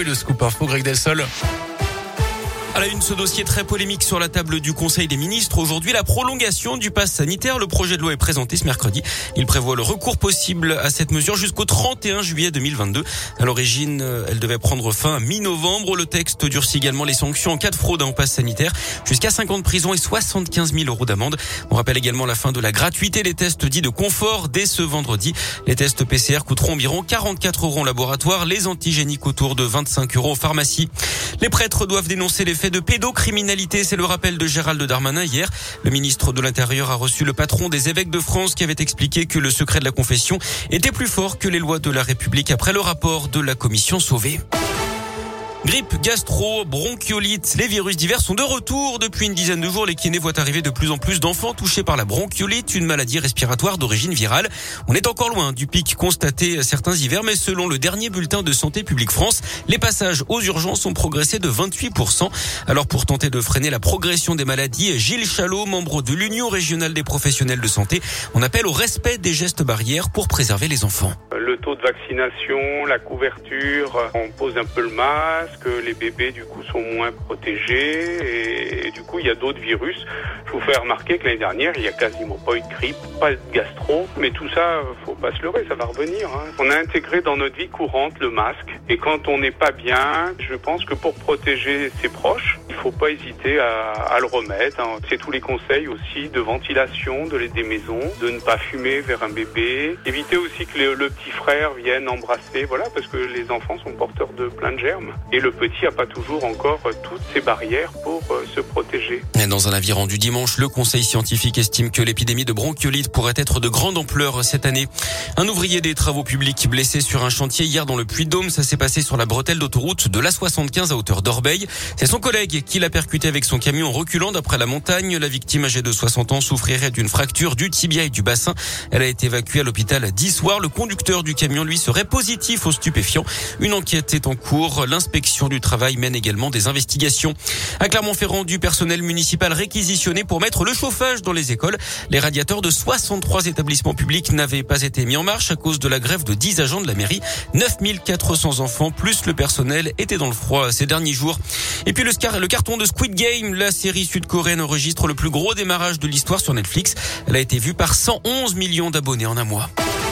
Oui, le scoop info, Greg Delsol. À la une, ce dossier très polémique sur la table du Conseil des ministres. Aujourd'hui, la prolongation du pass sanitaire. Le projet de loi est présenté ce mercredi. Il prévoit le recours possible à cette mesure jusqu'au 31 juillet 2022. À l'origine, elle devait prendre fin à mi-novembre. Le texte durcit également les sanctions en cas de fraude au pass sanitaire. Jusqu'à 5 ans de prison et 75 000 € d'amende. On rappelle également la fin de la gratuité des tests dits de confort dès ce vendredi. Les tests PCR coûteront environ 44 € en laboratoire. Les antigéniques autour de 25 € en pharmacie. Les prêtres doivent dénoncer les faits de pédocriminalité. C'est le rappel de Gérald Darmanin hier. Le ministre de l'Intérieur a reçu le patron des évêques de France qui avait expliqué que le secret de la confession était plus fort que les lois de la République après le rapport de la commission Sauvé. Grippe, gastro, bronchiolite, les virus divers sont de retour. Depuis une dizaine de jours, les kinés voient arriver de plus en plus d'enfants touchés par la bronchiolite, une maladie respiratoire d'origine virale. On est encore loin du pic constaté certains hivers, mais selon le dernier bulletin de Santé publique France, les passages aux urgences ont progressé de 28%. Alors pour tenter de freiner la progression des maladies, Gilles Chalot, membre de l'Union régionale des professionnels de santé, on appelle au respect des gestes barrières pour préserver les enfants. Le taux de vaccination, la couverture, on pose un peu le masque, les bébés du coup sont moins protégés et du coup il y a d'autres virus. Je vous fais remarquer que l'année dernière il y a quasiment pas eu de grippe, pas de gastro, mais tout ça faut pas se leurrer, ça va revenir. On a intégré dans notre vie courante le masque et quand on n'est pas bien, je pense que pour protéger ses proches, il faut pas hésiter à le remettre. C'est tous les conseils aussi de ventilation des maisons, de ne pas fumer vers un bébé, éviter aussi que le petit frère vienne embrasser, voilà, parce que les enfants sont porteurs de plein de germes. Et le petit n'a pas toujours encore toutes ces barrières pour se protéger. Dans un avis rendu dimanche, le conseil scientifique estime que l'épidémie de bronchiolite pourrait être de grande ampleur cette année. Un ouvrier des travaux publics blessé sur un chantier hier dans le Puy-de-Dôme. Ça s'est passé sur la bretelle d'autoroute de l'A75 à hauteur d'Orbeil. C'est son collègue qui l'a percuté avec son camion en reculant d'après la montagne. La victime âgée de 60 ans souffrirait d'une fracture du tibia et du bassin. Elle a été évacuée à l'hôpital d'Issoire. Le conducteur du camion, lui, serait positif aux stupéfiants. Une enquête est en cours. L'inspection du travail mène également des investigations. À Clermont-Ferrand, du personnel municipal réquisitionné pour mettre le chauffage dans les écoles. Les radiateurs de 63 établissements publics n'avaient pas été mis en marche à cause de la grève de 10 agents de la mairie. 9400 enfants plus le personnel étaient dans le froid ces derniers jours. Et puis le carton de Squid Game, la série sud-coréenne enregistre le plus gros démarrage de l'histoire sur Netflix. Elle a été vue par 111 millions d'abonnés en un mois.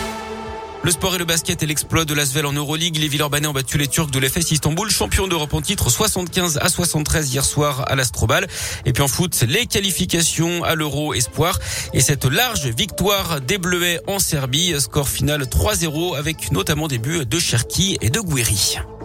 Le sport et le basket et l'exploit de l'Asvel en Euroleague. Les Villeurbanais ont battu les Turcs de l'Efes Istanbul, champions d'Europe en titre 75-73 hier soir à l'Astrobal. Et puis en foot, les qualifications à l'Euro Espoir. Et cette large victoire des Bleuets en Serbie. Score final 3-0 avec notamment des buts de Cherki et de Gouiri.